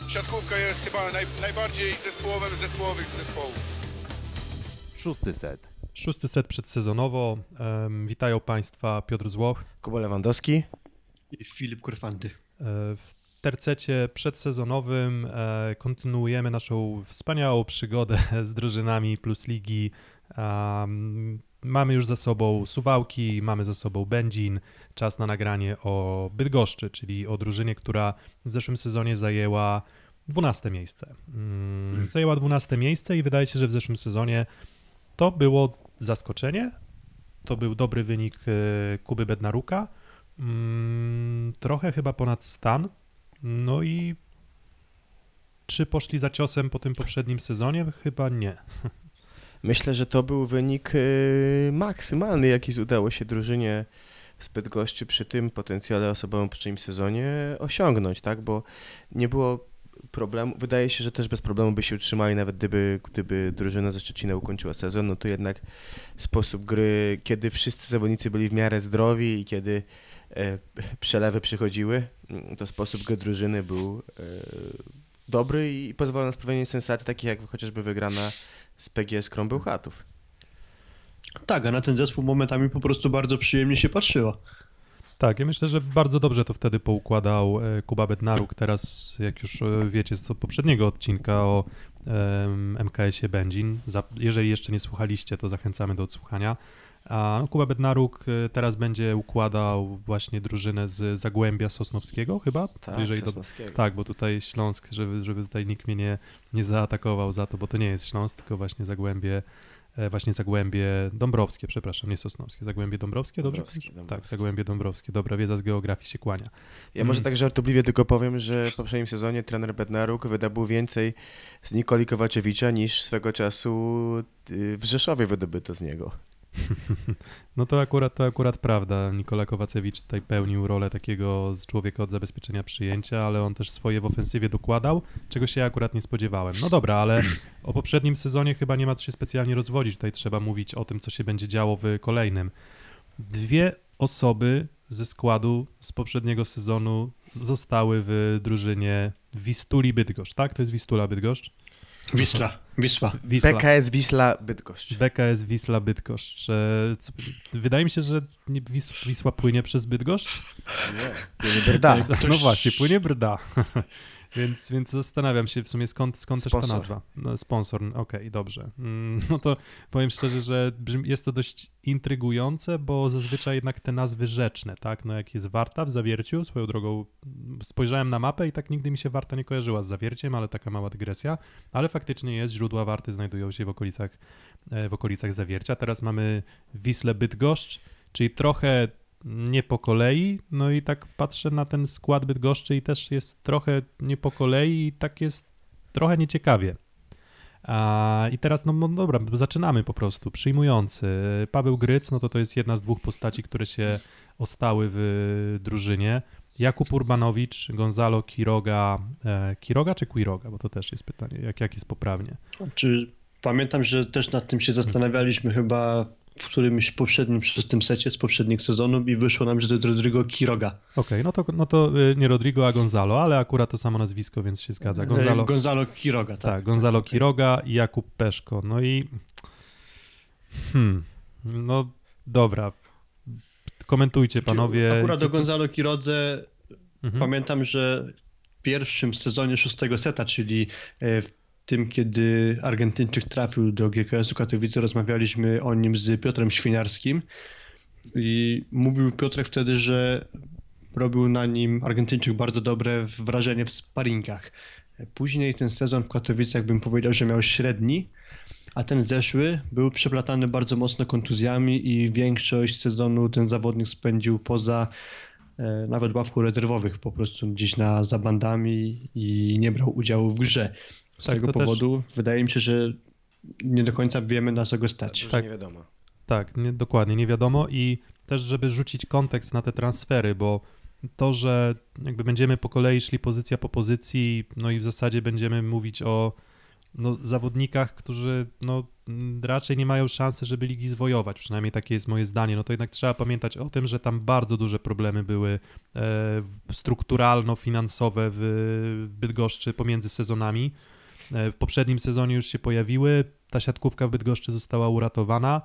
Siatkówka jest chyba najbardziej zespołowym z zespołów. Szósty set przedsezonowo. Witają Państwa Piotr Złoch, Kuba Lewandowski i Filip Kurfanty. W tercecie przedsezonowym kontynuujemy naszą wspaniałą przygodę z drużynami Plus Ligi. Mamy już za sobą Suwałki, mamy za sobą Będzin. Czas na nagranie o Bydgoszczy, czyli o drużynie, która w zeszłym sezonie zajęła 12 miejsce. Zajęła 12 miejsce i wydaje się, że w zeszłym sezonie to było zaskoczenie. To był dobry wynik Kuby Bednaruka. Trochę chyba ponad stan. No i czy poszli za ciosem po tym poprzednim sezonie? Chyba nie. Myślę, że to był wynik maksymalny, jaki udało się drużynie z Bydgoszczy przy tym potencjale osobowym w poprzednim sezonie osiągnąć, tak? Bo nie było problemu. Wydaje się, że też bez problemu by się utrzymali, nawet gdyby drużyna ze Szczecina ukończyła sezon, no to jednak sposób gry, kiedy wszyscy zawodnicy byli w miarę zdrowi i kiedy przelewy przychodziły, to sposób gry drużyny był dobry i pozwala na sprawienie sensacji, takich jak chociażby wygrana z PGS Krąg Bełchatów. Tak, a na ten zespół momentami po prostu bardzo przyjemnie się patrzyło. Tak, ja myślę, że bardzo dobrze to wtedy poukładał Kuba Bednaruk. Teraz, jak już wiecie z poprzedniego odcinka o MKS-ie Będzin, jeżeli jeszcze nie słuchaliście, to zachęcamy do odsłuchania. A Kuba Bednaruk teraz będzie układał właśnie drużynę z Zagłębia Sosnowskiego chyba? Tak, Sosnowskiego. Tak, bo tutaj Śląsk, żeby tutaj nikt mnie nie zaatakował za to, bo to nie jest Śląsk, tylko właśnie Zagłębie Dąbrowskie, przepraszam, nie Sosnowskie, Zagłębie Dąbrowskie, dobrze? Tak, Zagłębie Dąbrowskie, dobra, wiedza z geografii się kłania. Ja może tak żartobliwie tylko powiem, że w poprzednim sezonie trener Bednaruk wydobył więcej z Nikoli Kowaczewicza niż swego czasu w Rzeszowie wydobyto z niego. No to akurat prawda. Nikola Kowacewicz tutaj pełnił rolę takiego człowieka od zabezpieczenia przyjęcia, ale on też swoje w ofensywie dokładał, czego się akurat nie spodziewałem. No dobra, ale o poprzednim sezonie chyba nie ma co się specjalnie rozwodzić. Tutaj trzeba mówić o tym, co się będzie działo w kolejnym. 2 osoby ze składu z poprzedniego sezonu zostały w drużynie Wistuli Bydgoszcz, tak? To jest Wistula Bydgoszcz? Wisła. PKS Wisła Bydgoszcz. PKS Wisła Bydgoszcz. Wydaje mi się, że Wisła płynie przez Bydgoszcz? Nie, płynie Brda. No właśnie, płynie Brda. Więc zastanawiam się w sumie skąd też ta nazwa. No, sponsor, okej, dobrze. No to powiem szczerze, że jest to dość intrygujące, bo zazwyczaj jednak te nazwy rzeczne, tak? No jak jest Warta w Zawierciu, swoją drogą spojrzałem na mapę i tak nigdy mi się Warta nie kojarzyła z Zawierciem, ale taka mała dygresja, ale faktycznie jest, źródła Warty znajdują się w okolicach Zawiercia. Teraz mamy Wisłę Bydgoszcz, czyli trochę nie po kolei, no i tak patrzę na ten skład Bydgoszczy i też jest trochę nie po kolei i tak jest trochę nieciekawie. I teraz, no dobra, zaczynamy po prostu. Przyjmujący. Paweł Gryc, no to jest jedna z 2 postaci, które się ostały w drużynie. Jakub Urbanowicz, Gonzalo Quiroga. Quiroga czy Quiroga? Bo to też jest pytanie, jak jest poprawnie. Pamiętam, że też nad tym się zastanawialiśmy chyba w którymś poprzednim, przez tym secie z poprzednich sezonów i wyszło nam, że to jest Rodrigo Quiroga. Okej, no to nie Rodrigo, a Gonzalo, ale akurat to samo nazwisko, więc się zgadza. Gonzalo Quiroga, tak. Tak, Gonzalo Quiroga i Jakub Peszko. No i no dobra, komentujcie panowie. Akurat o Gonzalo Quirodze pamiętam, że w pierwszym sezonie 6 seta, czyli w tym, kiedy Argentyńczyk trafił do GKS-u Katowice, rozmawialiśmy o nim z Piotrem Świniarskim i mówił Piotrek wtedy, że robił na nim Argentyńczyk bardzo dobre wrażenie w sparingach. Później ten sezon w Katowicach bym powiedział, że miał średni, a ten zeszły był przeplatany bardzo mocno kontuzjami i większość sezonu ten zawodnik spędził poza nawet ławką rezerwowych, po prostu gdzieś za bandami i nie brał udziału w grze. Z tego powodu wydaje mi się, że nie do końca wiemy, na co go stać. Tak, nie wiadomo. Tak, dokładnie, nie wiadomo i też, żeby rzucić kontekst na te transfery, bo to, że jakby będziemy po kolei szli pozycja po pozycji, no i w zasadzie będziemy mówić o zawodnikach, którzy raczej nie mają szansy, żeby ligi zwojować, przynajmniej takie jest moje zdanie, no to jednak trzeba pamiętać o tym, że tam bardzo duże problemy były strukturalno-finansowe w Bydgoszczy pomiędzy sezonami. W poprzednim sezonie już się pojawiły, ta siatkówka w Bydgoszczy została uratowana,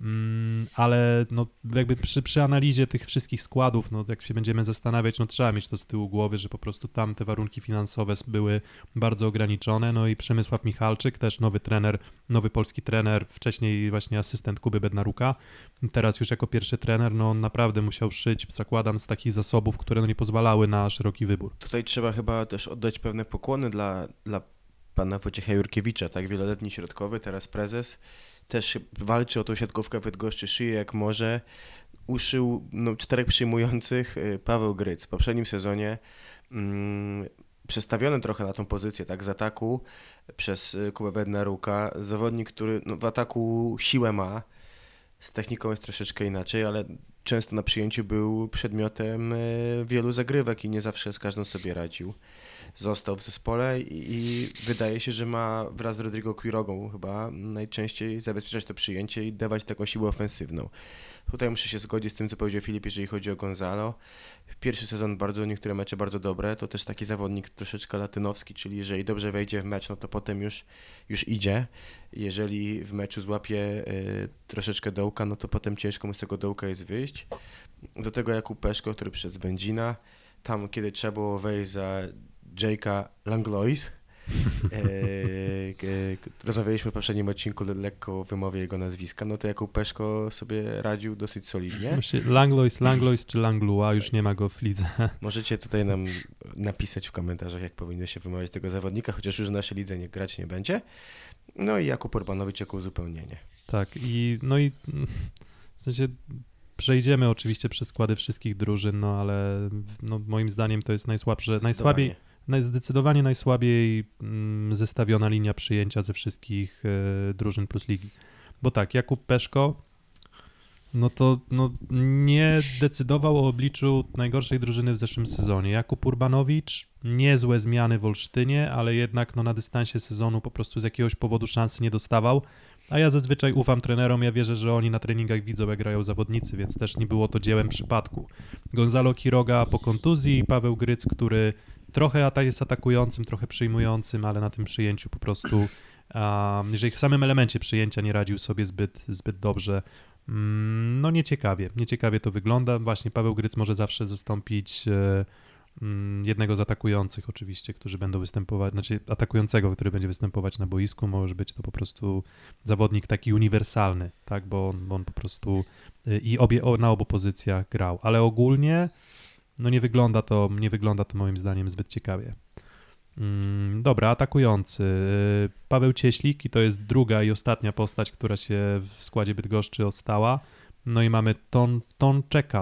ale no jakby przy analizie tych wszystkich składów, no jak się będziemy zastanawiać, no trzeba mieć to z tyłu głowy, że po prostu tam te warunki finansowe były bardzo ograniczone, no i Przemysław Michalczyk, też nowy trener, nowy polski trener, wcześniej właśnie asystent Kuby Bednaruka, teraz już jako pierwszy trener, no on naprawdę musiał szyć, zakładam, z takich zasobów, które no nie pozwalały na szeroki wybór. Tutaj trzeba chyba też oddać pewne pokłony dla pana Wojciecha Jurkiewicza, tak, wieloletni środkowy, teraz prezes, też walczy o tą siatkówkę w Bydgoszczy, szyje jak może. Uszył 4 przyjmujących, Paweł Gryc. W poprzednim sezonie przestawiony trochę na tą pozycję, tak, z ataku przez Kubę Bednaruka. Zawodnik, który w ataku siłę ma, z techniką jest troszeczkę inaczej, ale często na przyjęciu był przedmiotem wielu zagrywek i nie zawsze z każdą sobie radził. Został w zespole i wydaje się, że ma wraz z Rodrigo Quirogą chyba najczęściej zabezpieczać to przyjęcie i dawać taką siłę ofensywną. Tutaj muszę się zgodzić z tym, co powiedział Filip, jeżeli chodzi o Gonzalo. Pierwszy sezon niektóre mecze bardzo dobre, to też taki zawodnik troszeczkę latynowski, czyli jeżeli dobrze wejdzie w mecz, no to potem już idzie. Jeżeli w meczu złapie troszeczkę dołka, no to potem ciężko mu z tego dołka jest wyjść. Do tego Jakub Peszko, który przyszedł z Będzina, tam kiedy trzeba było wejść za Jake'a Langlois. Rozmawialiśmy w poprzednim odcinku lekko o wymowie jego nazwiska, no to Jakub Peszko sobie radził dosyć solidnie. Langlois czy Langlua, już nie ma go w lidze. Możecie tutaj nam napisać w komentarzach, jak powinno się wymawiać tego zawodnika, chociaż już w naszej lidze grać nie będzie. No i Jakub Urbanowicz jako uzupełnienie. Tak, no i w sensie przejdziemy oczywiście przez składy wszystkich drużyn, no ale no, moim zdaniem to jest zdecydowanie najsłabiej zestawiona linia przyjęcia ze wszystkich drużyn plus ligi. Bo tak, Jakub Peszko nie decydował o obliczu najgorszej drużyny w zeszłym sezonie. Jakub Urbanowicz, niezłe zmiany w Olsztynie, ale jednak na dystansie sezonu po prostu z jakiegoś powodu szansy nie dostawał. A ja zazwyczaj ufam trenerom, ja wierzę, że oni na treningach widzą, jak grają zawodnicy, więc też nie było to dziełem przypadku. Gonzalo Quiroga po kontuzji, Paweł Gryc, który trochę jest atakującym, trochę przyjmującym, ale na tym przyjęciu po prostu, jeżeli w samym elemencie przyjęcia nie radził sobie zbyt dobrze, no nieciekawie to wygląda. Właśnie Paweł Gryc może zawsze zastąpić jednego z atakujących oczywiście, którzy będą występować, znaczy atakującego, który będzie występować na boisku, może być to po prostu zawodnik taki uniwersalny, tak, bo on po prostu na obu pozycjach grał, ale ogólnie no nie wygląda to moim zdaniem zbyt ciekawie. Dobra, atakujący. Paweł Cieślik i to jest druga i ostatnia postać, która się w składzie Bydgoszczy ostała. No i mamy Tonczeka.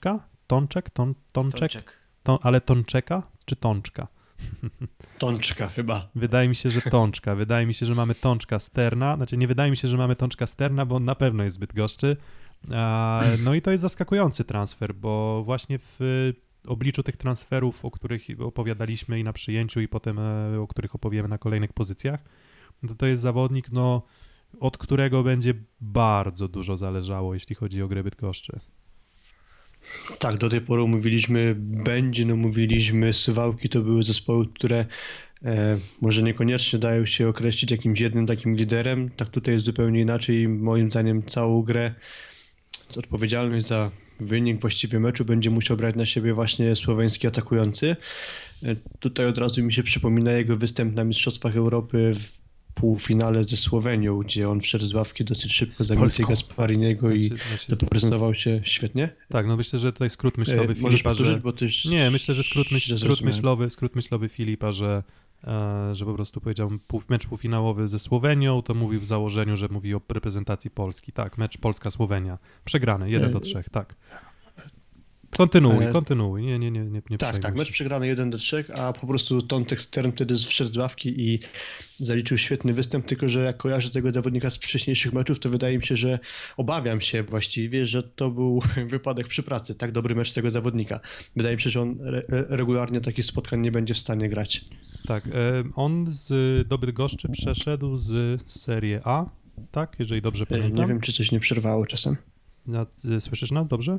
Ale Tonczeka czy Tączka? Tączka chyba. Wydaje mi się, że Tączka. Wydaje mi się, że mamy Tączka Sterna. Znaczy nie wydaje mi się, że mamy Tączka Sterna, bo on na pewno jest z Bydgoszczy. No i to jest zaskakujący transfer, bo właśnie w obliczu tych transferów, o których opowiadaliśmy i na przyjęciu i potem o których opowiemy na kolejnych pozycjach, to jest zawodnik, od którego będzie bardzo dużo zależało, jeśli chodzi o grę Bydgoszczy. Tak, do tej pory mówiliśmy Będzin, mówiliśmy Suwałki, to były zespoły, które może niekoniecznie dają się określić jakimś jednym takim liderem. Tak tutaj jest zupełnie inaczej. Moim zdaniem całą grę, odpowiedzialność za wynik właściwie meczu będzie musiał brać na siebie właśnie słoweński atakujący. Tutaj od razu mi się przypomina jego występ na Mistrzostwach Europy w półfinale ze Słowenią, gdzie on wszedł z ławki dosyć szybko za Micę Gaspariniego i zaprezentował się świetnie. Tak, no myślę, że tutaj skrót myślowy Filipa, że... Nie, myślę, że skrót myślowy Filipa, że po prostu powiedział mecz półfinałowy ze Słowenią, to mówił w założeniu, że mówi o reprezentacji Polski. Tak, mecz Polska-Słowenia. Przegrany, 1-3, tak. Kontynuuj. Nie tak, mecz przegrany 1-3, a po prostu Tontek Stern wtedy wszedł z ławki i zaliczył świetny występ, tylko że jak kojarzę tego zawodnika z wcześniejszych meczów, to wydaje mi się, że obawiam się właściwie, że to był wypadek przy pracy, tak dobry mecz tego zawodnika. Wydaje mi się, że on regularnie takich spotkań nie będzie w stanie grać. Tak, on do Bydgoszczy przeszedł z Serie A, tak? Jeżeli dobrze pamiętam. Nie wiem, czy coś nie przerwało czasem. Słyszysz nas dobrze?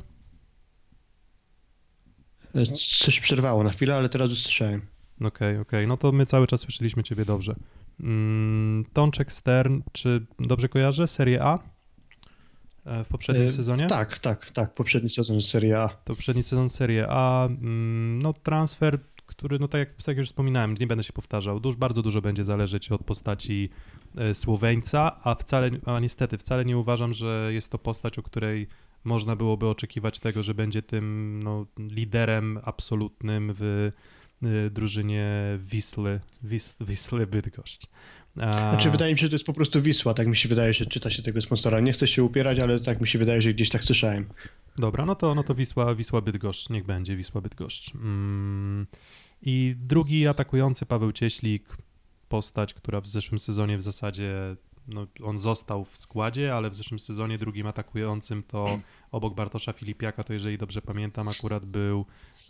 Coś przerwało na chwilę, ale teraz usłyszałem. Okej. No to my cały czas słyszeliśmy ciebie dobrze. Tączek Stern, czy dobrze kojarzę? Serie A? W poprzednim sezonie? Tak. Poprzedni sezon Serie A. To poprzedni sezon Serie A. No transfer, który, no tak jak już wspominałem, nie będę się powtarzał, bardzo dużo będzie zależeć od postaci Słoweńca, a niestety wcale nie uważam, że jest to postać, o której można byłoby oczekiwać tego, że będzie tym liderem absolutnym w drużynie Wisły Bydgoszcz. Znaczy wydaje mi się, że to jest po prostu Wisła, tak mi się wydaje, że czyta się tego sponsora. Nie chcę się upierać, ale tak mi się wydaje, że gdzieś tak słyszałem. Dobra, no to Wisła Bydgoszcz, niech będzie Wisła Bydgoszcz. I drugi atakujący Paweł Cieślik, postać, która w zeszłym sezonie w zasadzie, on został w składzie, ale w zeszłym sezonie drugim atakującym to obok Bartosza Filipiaka, to jeżeli dobrze pamiętam, akurat był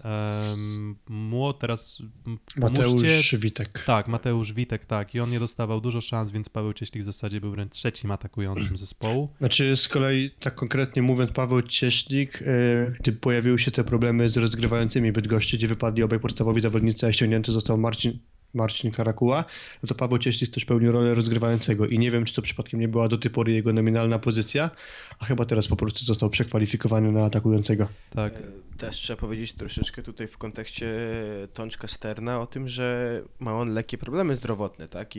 teraz Mateusz Witek. Tak, Mateusz Witek, tak. I on nie dostawał dużo szans, więc Paweł Cieślik w zasadzie był wręcz trzecim atakującym zespołu. Znaczy z kolei, tak konkretnie mówiąc, Paweł Cieślik, gdy pojawiły się te problemy z rozgrywającymi Bydgoszczy, gdzie wypadli obaj podstawowi zawodnicy, a ściągnięty został Marcin Karakuła, no to Paweł Cieślik też pełnił rolę rozgrywającego i nie wiem, czy to przypadkiem nie była do tej pory jego nominalna pozycja, a chyba teraz po prostu został przekwalifikowany na atakującego. Tak. Też trzeba powiedzieć troszeczkę tutaj w kontekście Tączka Sterna o tym, że ma on lekkie problemy zdrowotne, tak?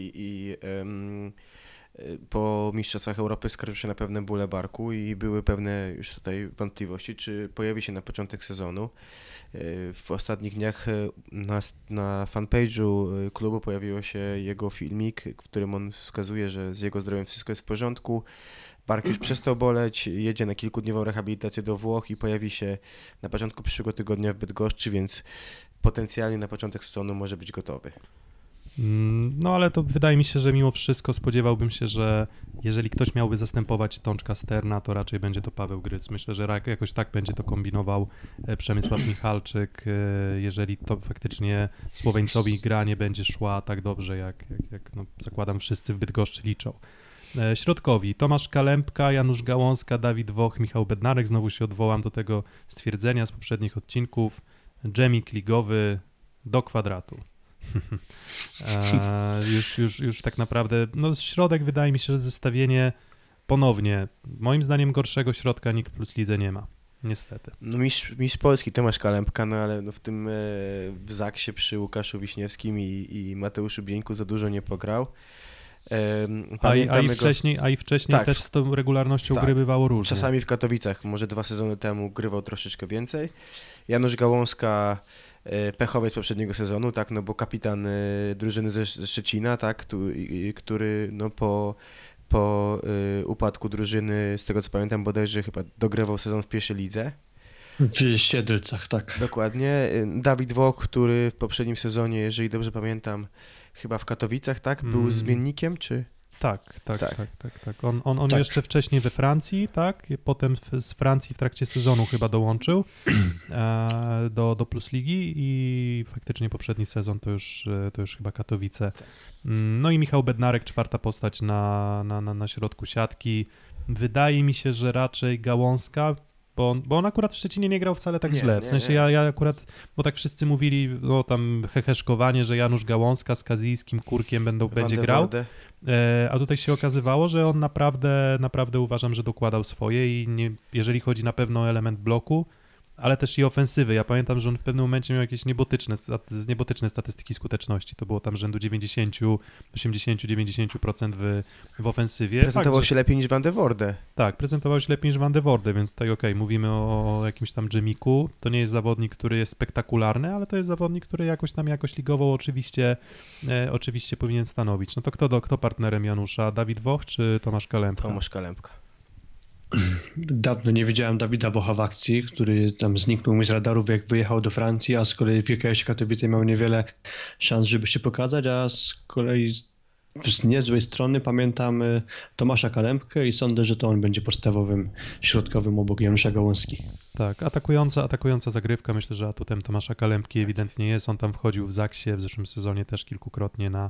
Po Mistrzostwach Europy skarżył się na pewne bóle barku i były pewne już tutaj wątpliwości, czy pojawi się na początek sezonu. W ostatnich dniach na fanpage'u klubu pojawił się jego filmik, w którym on wskazuje, że z jego zdrowiem wszystko jest w porządku. Bark już przestał boleć, jedzie na kilkudniową rehabilitację do Włoch i pojawi się na początku przyszłego tygodnia w Bydgoszczy, więc potencjalnie na początek sezonu może być gotowy. No ale to wydaje mi się, że mimo wszystko spodziewałbym się, że jeżeli ktoś miałby zastępować Tączka Sterna, to raczej będzie to Paweł Gryc. Myślę, że jakoś tak będzie to kombinował Przemysław Michalczyk, jeżeli to faktycznie Słoweńcowi gra nie będzie szła tak dobrze, jak zakładam wszyscy w Bydgoszczy liczą. Środkowi Tomasz Kalembka, Janusz Gałązka, Dawid Woch, Michał Bednarek. Znowu się odwołam do tego stwierdzenia z poprzednich odcinków. Dżemik ligowy do kwadratu. Już tak naprawdę, środek wydaje mi się, że zestawienie ponownie, moim zdaniem gorszego środka nikt plus lidze nie ma, niestety. Mistrz Polski Tomasz Kalembka, ale w Zaksie przy Łukaszu Wiśniewskim i Mateuszu Bieńku za dużo nie pograł. A i wcześniej tak, też z tą regularnością gry bywało różnie. Czasami w Katowicach, może 2 sezony temu grywał troszeczkę więcej. Janusz Gałązka pechowiec poprzedniego sezonu, tak, bo kapitan drużyny ze Szczecina, tak, który po upadku drużyny, z tego co pamiętam, bodajże chyba dogrywał sezon w pierwszej lidze. W Siedlcach, tak. Dokładnie. Dawid Woch, który w poprzednim sezonie, jeżeli dobrze pamiętam, chyba w Katowicach, tak, był zmiennikiem, czy... Tak. On tak. Jeszcze wcześniej we Francji, tak? Potem z Francji w trakcie sezonu chyba dołączył do Plus Ligi i faktycznie poprzedni sezon to już chyba Katowice. No i Michał Bednarek, czwarta postać na środku siatki. Wydaje mi się, że raczej Gałązka, bo on akurat w Szczecinie nie grał wcale tak źle. W sensie ja akurat, bo tak wszyscy mówili, tam heheszkowanie, że Janusz Gałązka z Kazijskim Kurkiem będzie grał. A tutaj się okazywało, że on naprawdę uważam, że dokładał swoje i jeżeli chodzi na pewno o element bloku, ale też i ofensywy. Ja pamiętam, że on w pewnym momencie miał jakieś niebotyczne statystyki skuteczności. To było tam rzędu 80-90% w ofensywie. Prezentował się lepiej niż Van de Voorde. Tak, prezentował się lepiej niż Van de Voorde, więc tutaj mówimy o jakimś tam Dżemiku. To nie jest zawodnik, który jest spektakularny, ale to jest zawodnik, który jakoś ligową oczywiście powinien stanowić. No to kto partnerem Janusza? Dawid Woch czy Tomasz Kalembka? Tomasz Kalembka. Dawno nie widziałem Dawida Wocha w akcji, który tam zniknął mi z radarów, jak wyjechał do Francji, a z kolei w GKS Katowice miał niewiele szans, żeby się pokazać, a z kolei z niezłej strony pamiętam Tomasza Kalembkę i sądzę, że to on będzie podstawowym środkowym obok Janusza Gałązki. Tak, atakująca zagrywka, myślę, że atutem Tomasza Kalembki ewidentnie jest. On tam wchodził w Zaksie w zeszłym sezonie też kilkukrotnie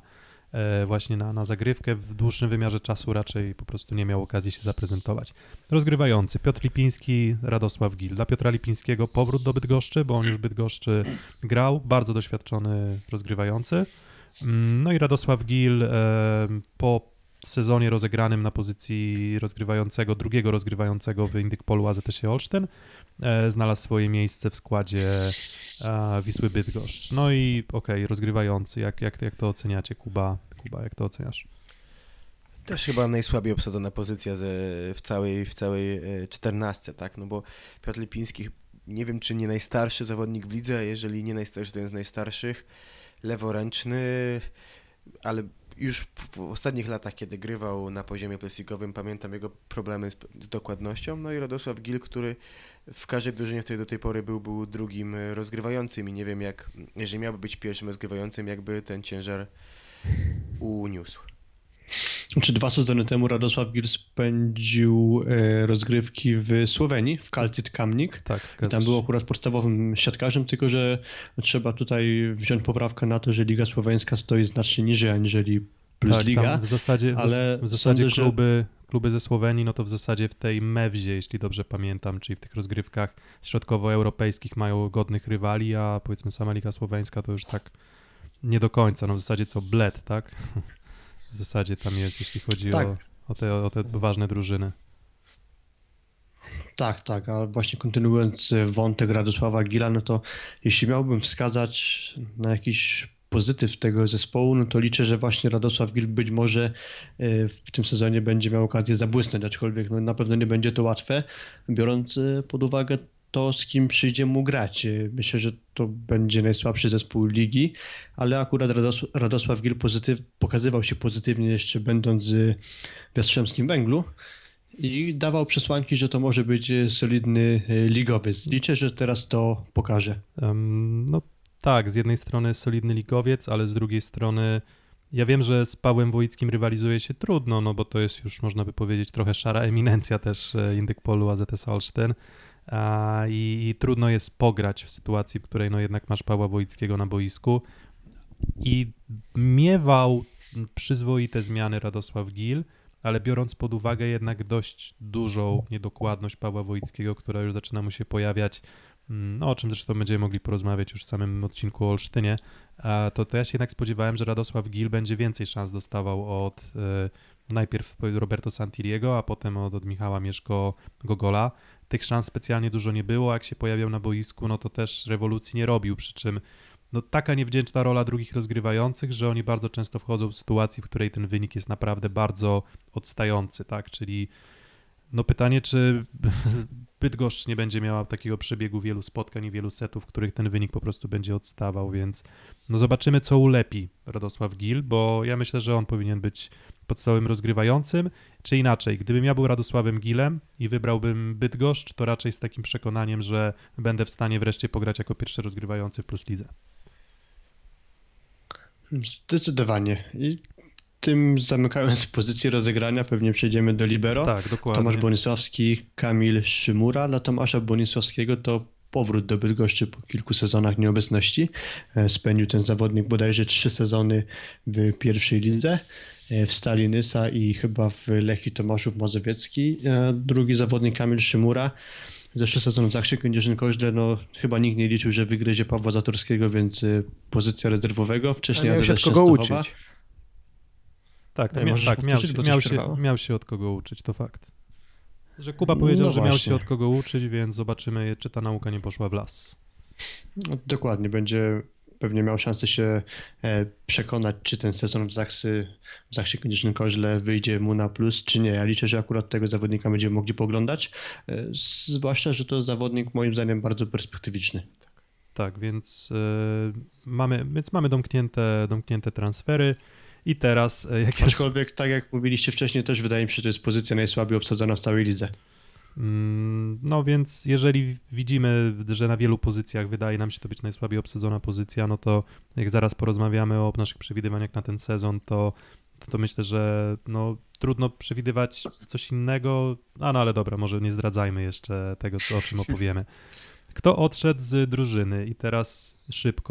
właśnie na zagrywkę. W dłuższym wymiarze czasu raczej po prostu nie miał okazji się zaprezentować. Rozgrywający Piotr Lipiński, Radosław Gil. Dla Piotra Lipińskiego powrót do Bydgoszczy, bo on już w Bydgoszczy grał, bardzo doświadczony rozgrywający. No i Radosław Gil po sezonie rozegranym na pozycji rozgrywającego, drugiego rozgrywającego w Indykpolu AZS Olsztyn znalazł swoje miejsce w składzie Wisły Bydgoszcz. No i rozgrywający, jak to oceniacie? Kuba, jak to oceniasz? Też chyba najsłabiej obsadzona pozycja w całej 14, tak? No bo Piotr Lipiński, nie wiem czy nie najstarszy zawodnik w lidze, a jeżeli nie najstarszy, to jeden z najstarszych, leworęczny, ale już w ostatnich latach, kiedy grywał na poziomie plastikowym, pamiętam jego problemy z dokładnością. No i Radosław Gil, który w każdej drużynie, w której do tej pory był drugim rozgrywającym i nie wiem jeżeli miałby być pierwszym rozgrywającym, jakby ten ciężar uniósł. Czy 2 sezony temu Radosław Gil spędził rozgrywki w Słowenii, w Kalcit Kamnik. Tak, tam był akurat podstawowym siatkarzem, tylko że trzeba tutaj wziąć poprawkę na to, że Liga Słoweńska stoi znacznie niżej aniżeli Plus Liga. W zasadzie sądzę, kluby ze Słowenii, no to w zasadzie w tej Mewzie, jeśli dobrze pamiętam, czyli w tych rozgrywkach środkowoeuropejskich mają godnych rywali, a powiedzmy sama Liga Słoweńska to już tak nie do końca, no w zasadzie co Bled, tak? W zasadzie tam jest, jeśli chodzi o te ważne drużyny. Tak, a właśnie kontynuując wątek Radosława Gila, no to jeśli miałbym wskazać na jakiś pozytyw tego zespołu, no to liczę, że właśnie Radosław Gil być może w tym sezonie będzie miał okazję zabłysnąć, aczkolwiek no, na pewno nie będzie to łatwe, biorąc pod uwagę to, z kim przyjdzie mu grać. Myślę, że to będzie najsłabszy zespół ligi, ale akurat Radosław Gil pokazywał się pozytywnie jeszcze będąc w Jastrzębskim Węglu i dawał przesłanki, że to może być solidny ligowiec. Liczę, że teraz to pokaże. No tak, z jednej strony solidny ligowiec, ale z drugiej strony ja wiem, że z Pawłem Wojickim rywalizuje się trudno, no bo to jest już, można by powiedzieć, trochę szara eminencja też Indykpolu AZS Olsztyn. I trudno jest pograć w sytuacji, w której no jednak masz Pawła Wojickiego na boisku i miewał przyzwoite zmiany Radosław Gil, ale biorąc pod uwagę jednak dość dużą niedokładność Pawła Wojickiego, która już zaczyna mu się pojawiać, no o czym zresztą będziemy mogli porozmawiać już w samym odcinku o Olsztynie, to ja się jednak spodziewałem, że Radosław Gil będzie więcej szans dostawał od najpierw Roberto Santiriego, a potem od Michała Mieszko-Gogola. Tych szans specjalnie dużo nie było, a jak się pojawiał na boisku, no to też rewolucji nie robił, przy czym no taka niewdzięczna rola drugich rozgrywających, że oni bardzo często wchodzą w sytuacji, w której ten wynik jest naprawdę bardzo odstający, tak, czyli no pytanie, czy Bydgoszcz nie będzie miała takiego przebiegu wielu spotkań i wielu setów, w których ten wynik po prostu będzie odstawał, więc no zobaczymy, co ulepi Radosław Gil, bo ja myślę, że on powinien być podstawowym rozgrywającym, czy inaczej, gdybym ja był Radosławem Gilem i wybrałbym Bydgoszcz, to raczej z takim przekonaniem, że będę w stanie wreszcie pograć jako pierwszy rozgrywający w Plus Lidze. Zdecydowanie. I tym zamykając pozycję rozegrania, pewnie przejdziemy do libero. Tak, dokładnie. Tomasz Bonisławski, Kamil Szymura. Dla Tomasza Bonisławskiego to powrót do Bydgoszczy po kilku sezonach nieobecności. Spędził ten zawodnik bodajże 3 sezony w pierwszej lidze, w Stali Nysa i chyba w Lechii Tomaszów Mazowiecki. Drugi zawodnik Kamil Szymura, zeszły sezon w Zachsie Kędzierzyn-Koźle, no chyba nikt nie liczył, że wygryzie Pawła Zatorskiego, więc pozycja rezerwowego. Wcześniej miał się od kogo uczyć. Tak, miał się od kogo uczyć, to fakt. Że Kuba powiedział, że miał się od kogo uczyć, więc zobaczymy, czy ta nauka nie poszła w las. No, dokładnie, będzie pewnie miał szansę się przekonać, czy ten sezon w Zachsie Kędzierzyn-Koźle wyjdzie mu na plus, czy nie. Ja liczę, że akurat tego zawodnika będziemy mogli poglądać, zwłaszcza, że to zawodnik moim zdaniem bardzo perspektywiczny. Tak, więc mamy domknięte transfery. I teraz... Aczkolwiek, tak jak mówiliście wcześniej, też wydaje mi się, że to jest pozycja najsłabiej obsadzona w całej lidze. No więc jeżeli widzimy, że na wielu pozycjach wydaje nam się to być najsłabiej obsadzona pozycja, no to jak zaraz porozmawiamy o naszych przewidywaniach na ten sezon, to myślę, że no, trudno przewidywać coś innego, no ale dobra, może nie zdradzajmy jeszcze tego, o czym opowiemy. Kto odszedł z drużyny? I teraz szybko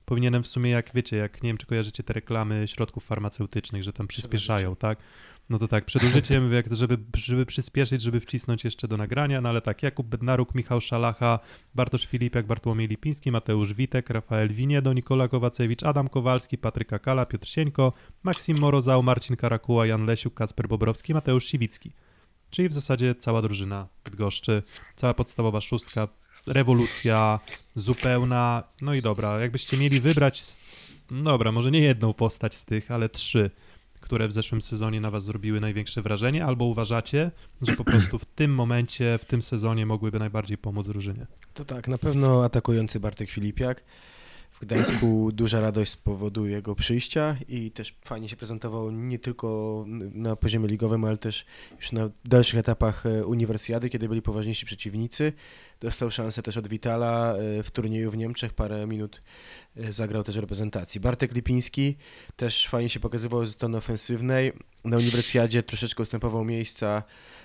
powinienem w sumie, jak wiecie, jak nie wiem, czy kojarzycie te reklamy środków farmaceutycznych, że tam przyspieszają, tak? No to tak, przed użyciem, żeby przyspieszyć, żeby wcisnąć jeszcze do nagrania, no ale tak, Jakub Bednaruk, Michał Szalacha, Bartosz Filipiak, Bartłomiej Lipiński, Mateusz Witek, Rafael Winiedo, Nikola Kowacewicz, Adam Kowalski, Patryk Akala, Piotr Sieńko, Maksim Morozał, Marcin Karakuła, Jan Lesiuk, Kacper Bobrowski, Mateusz Siwicki. Czyli w zasadzie cała drużyna Bydgoszczy, cała podstawowa szóstka, rewolucja zupełna, no i dobra, jakbyście mieli wybrać, dobra, może nie jedną postać z tych, ale 3, które w zeszłym sezonie na was zrobiły największe wrażenie, albo uważacie, że po prostu w tym momencie, w tym sezonie mogłyby najbardziej pomóc drużynie? To tak, na pewno atakujący Bartek Filipiak. W Gdańsku duża radość z powodu jego przyjścia i też fajnie się prezentował nie tylko na poziomie ligowym, ale też już na dalszych etapach uniwersjady, kiedy byli poważniejsi przeciwnicy. Dostał szansę też od Witala w turnieju w Niemczech, parę minut zagrał też w reprezentacji. Bartek Lipiński też fajnie się pokazywał ze strony ofensywnej. Na uniwersjadzie troszeczkę ustępował miejsca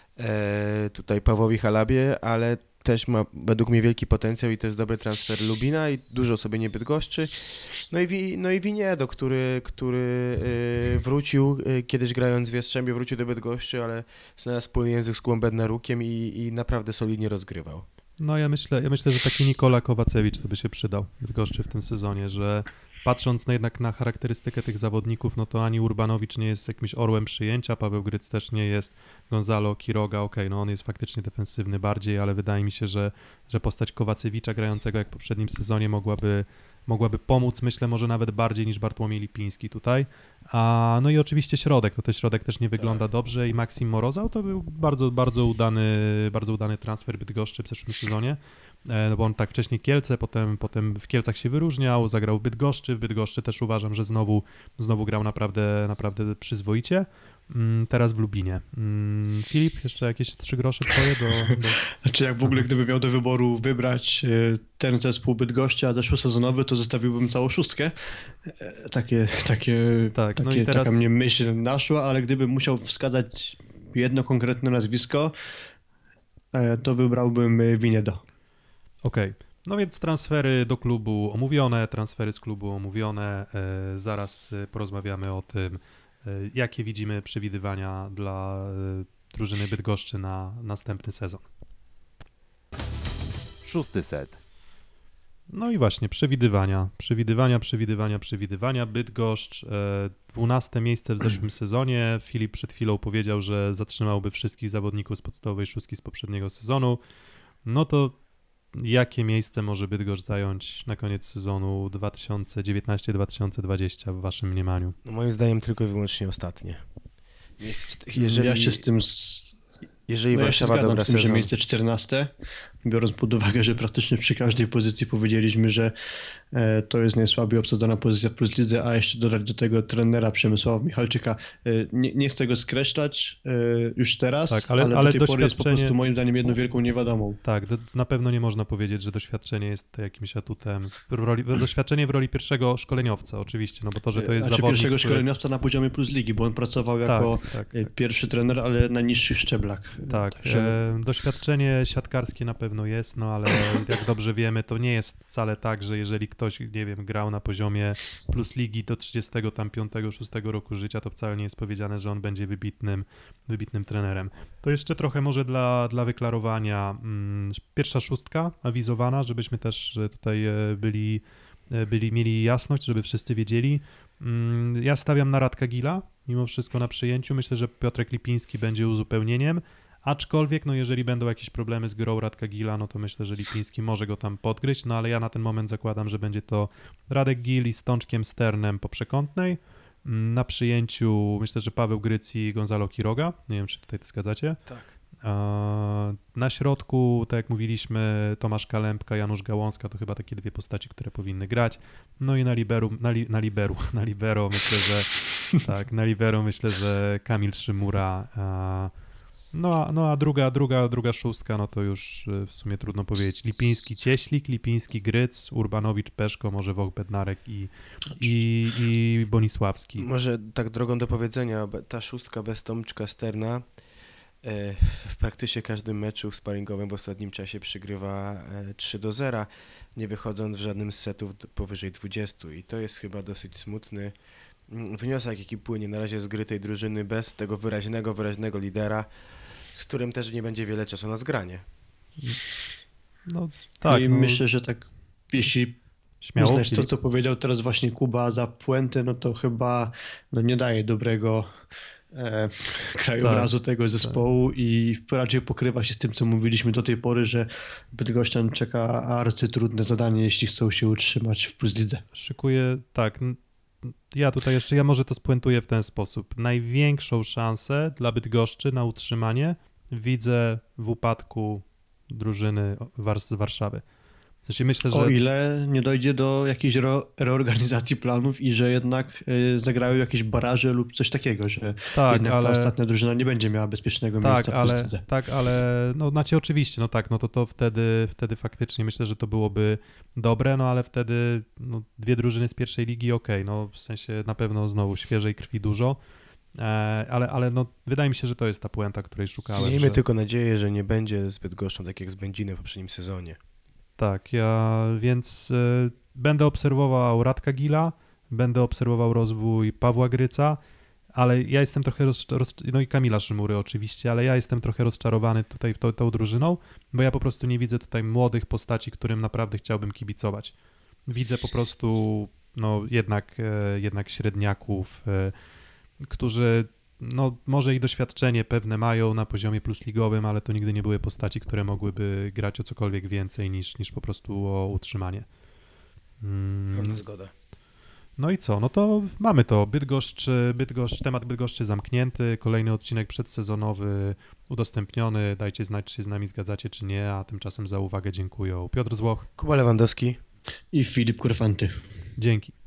tutaj Pawłowi Halabie, ale też ma według mnie wielki potencjał i to jest dobry transfer Lubina i dużo sobie nie Bydgoszczy. No i Winiedo, który wrócił, kiedyś grając w Jastrzębiu, wrócił do Bydgoszczy, ale znalazł wspólny język z Kubą Bednarukiem i naprawdę solidnie rozgrywał. No ja myślę, że taki Nikola Kowacewicz to by się przydał Bydgoszczy w tym sezonie, że patrząc jednak na charakterystykę tych zawodników, no to ani Urbanowicz nie jest jakimś orłem przyjęcia, Paweł Gryc też nie jest, Gonzalo Quiroga, okej, no on jest faktycznie defensywny bardziej, ale wydaje mi się, że postać Kowacewicza grającego jak w poprzednim sezonie mogłaby pomóc, myślę, może nawet bardziej niż Bartłomiej Lipiński tutaj. No i oczywiście środek, to ten środek też nie wygląda dobrze i Maksim Morozał to był bardzo udany transfer Bydgoszczy w zeszłym sezonie, no bo on tak wcześniej Kielce, potem w Kielcach się wyróżniał, zagrał w Bydgoszczy też uważam, że znowu grał naprawdę przyzwoicie. Teraz w Lubinie. Filip, jeszcze jakieś 3 grosze twoje do... Znaczy jak w ogóle gdyby miał do wyboru wybrać ten zespół Bydgoszczy, a zeszłosezonowy, to zostawiłbym całą szóstkę. Taka mnie myśl naszła, ale gdybym musiał wskazać jedno konkretne nazwisko, to wybrałbym Winiedo. Okej. No więc transfery do klubu omówione, transfery z klubu omówione. Zaraz porozmawiamy o tym, jakie widzimy przewidywania dla drużyny Bydgoszczy na następny sezon. 6. set. No i właśnie, przewidywania. Bydgoszcz, 12 miejsce w zeszłym sezonie. Filip przed chwilą powiedział, że zatrzymałby wszystkich zawodników z podstawowej szóstki z poprzedniego sezonu. No to jakie miejsce może Bydgoszcz zająć na koniec sezonu 2019-2020 w waszym mniemaniu? No moim zdaniem tylko i wyłącznie ostatnie. Ja się z tym... Jeżeli Warszawa dobra sezon, że miejsce 14, biorąc pod uwagę, że praktycznie przy każdej pozycji powiedzieliśmy, że to jest najsłabiej obsadzona pozycja w Plus Lidze, a jeszcze dodać do tego trenera Przemysława Michalczyka. Nie chcę go skreślać już teraz, tak, ale do tej pory jest po prostu moim zdaniem jedną wielką niewiadomą. Tak, na pewno nie można powiedzieć, że doświadczenie jest jakimś atutem. Doświadczenie w roli pierwszego szkoleniowca oczywiście, no bo to, że to jest zawodnik, pierwszego szkoleniowca na poziomie Plus Ligi, bo on pracował jako pierwszy trener, ale na niższych szczeblach. Tak, doświadczenie siatkarskie na pewno jest, no ale jak dobrze wiemy, to nie jest wcale tak, że jeżeli ktoś, nie wiem, grał na poziomie Plus Ligi do 35-6 roku życia, to wcale nie jest powiedziane, że on będzie wybitnym trenerem. To jeszcze trochę może dla wyklarowania. Pierwsza szóstka awizowana, żebyśmy też tutaj mieli jasność, żeby wszyscy wiedzieli. Ja stawiam na Radka Gila, mimo wszystko na przyjęciu. Myślę, że Piotrek Lipiński będzie uzupełnieniem, aczkolwiek no jeżeli będą jakieś problemy z grą Radka Gila, no to myślę, że Lipiński może go tam podgryźć, no ale ja na ten moment zakładam, że będzie to Radek Gil i Stączkiem Sternem po przekątnej. Na przyjęciu myślę, że Paweł Gryc i Gonzalo Quiroga. Nie wiem, czy tutaj to zgadzacie? Tak. Na środku, tak jak mówiliśmy, Tomasz Kalępka, Janusz Gałązka to chyba takie dwie postaci, które powinny grać. No i na libero myślę, że tak, na libero myślę, że Kamil Szymura. No a druga szóstka, no to już w sumie trudno powiedzieć. Lipiński Cieślik, Lipiński Gryc, Urbanowicz Peszko, może Woch Bednarek i Bonisławski. Może tak drogą do powiedzenia, ta szóstka bez Tomczka Sterna w praktycznie każdym meczu sparingowym w ostatnim czasie przygrywa 3-0, nie wychodząc w żadnym z setów powyżej 20 i to jest chyba dosyć smutny wniosek, jaki płynie na razie z gry tej drużyny bez tego wyraźnego lidera, z którym też nie będzie wiele czasu na zgranie. No tak. I myślę, że tak jeśli śmiało, uznać to, co powiedział teraz właśnie Kuba za puentę, no to chyba nie daje dobrego krajobrazu tego zespołu i raczej pokrywa się z tym, co mówiliśmy do tej pory, że Bydgoszczan czeka arcytrudne zadanie, jeśli chcą się utrzymać w Plus Lidze. Szykuję, tak, ja może to spuentuję w ten sposób. Największą szansę dla Bydgoszczy na utrzymanie widzę w upadku drużyny z Warszawy. W sensie myślę, że... O ile nie dojdzie do jakiejś reorganizacji planów i że jednak zagrają jakieś baraże lub coś takiego, że jednak ta ostatnia drużyna nie będzie miała bezpiecznego miejsca w Plus Lidze. Tak, ale oczywiście, to wtedy faktycznie myślę, że to byłoby dobre, ale wtedy dwie drużyny z pierwszej ligi, w sensie na pewno znowu świeżej krwi dużo, ale wydaje mi się, że to jest ta puenta, której szukałem. Miejmy tylko nadzieję, że nie będzie zbyt gorzką, tak jak z Będzinem w poprzednim sezonie. Tak, więc będę obserwował Radka Gila, będę obserwował rozwój Pawła Gryca, ale ja jestem trochę i Kamila Szymury oczywiście, ale ja jestem trochę rozczarowany tutaj tą drużyną, bo ja po prostu nie widzę tutaj młodych postaci, którym naprawdę chciałbym kibicować. Widzę po prostu jednak średniaków, którzy może i doświadczenie pewne mają na poziomie plusligowym, ale to nigdy nie były postaci, które mogłyby grać o cokolwiek więcej niż po prostu o utrzymanie. Pełna zgoda. No i co? No to mamy to. Temat Bydgoszczy zamknięty, kolejny odcinek przedsezonowy udostępniony. Dajcie znać, czy się z nami zgadzacie, czy nie, a tymczasem za uwagę dziękuję Piotr Złoch, Kuba Lewandowski i Filip Kurfanty. Dzięki.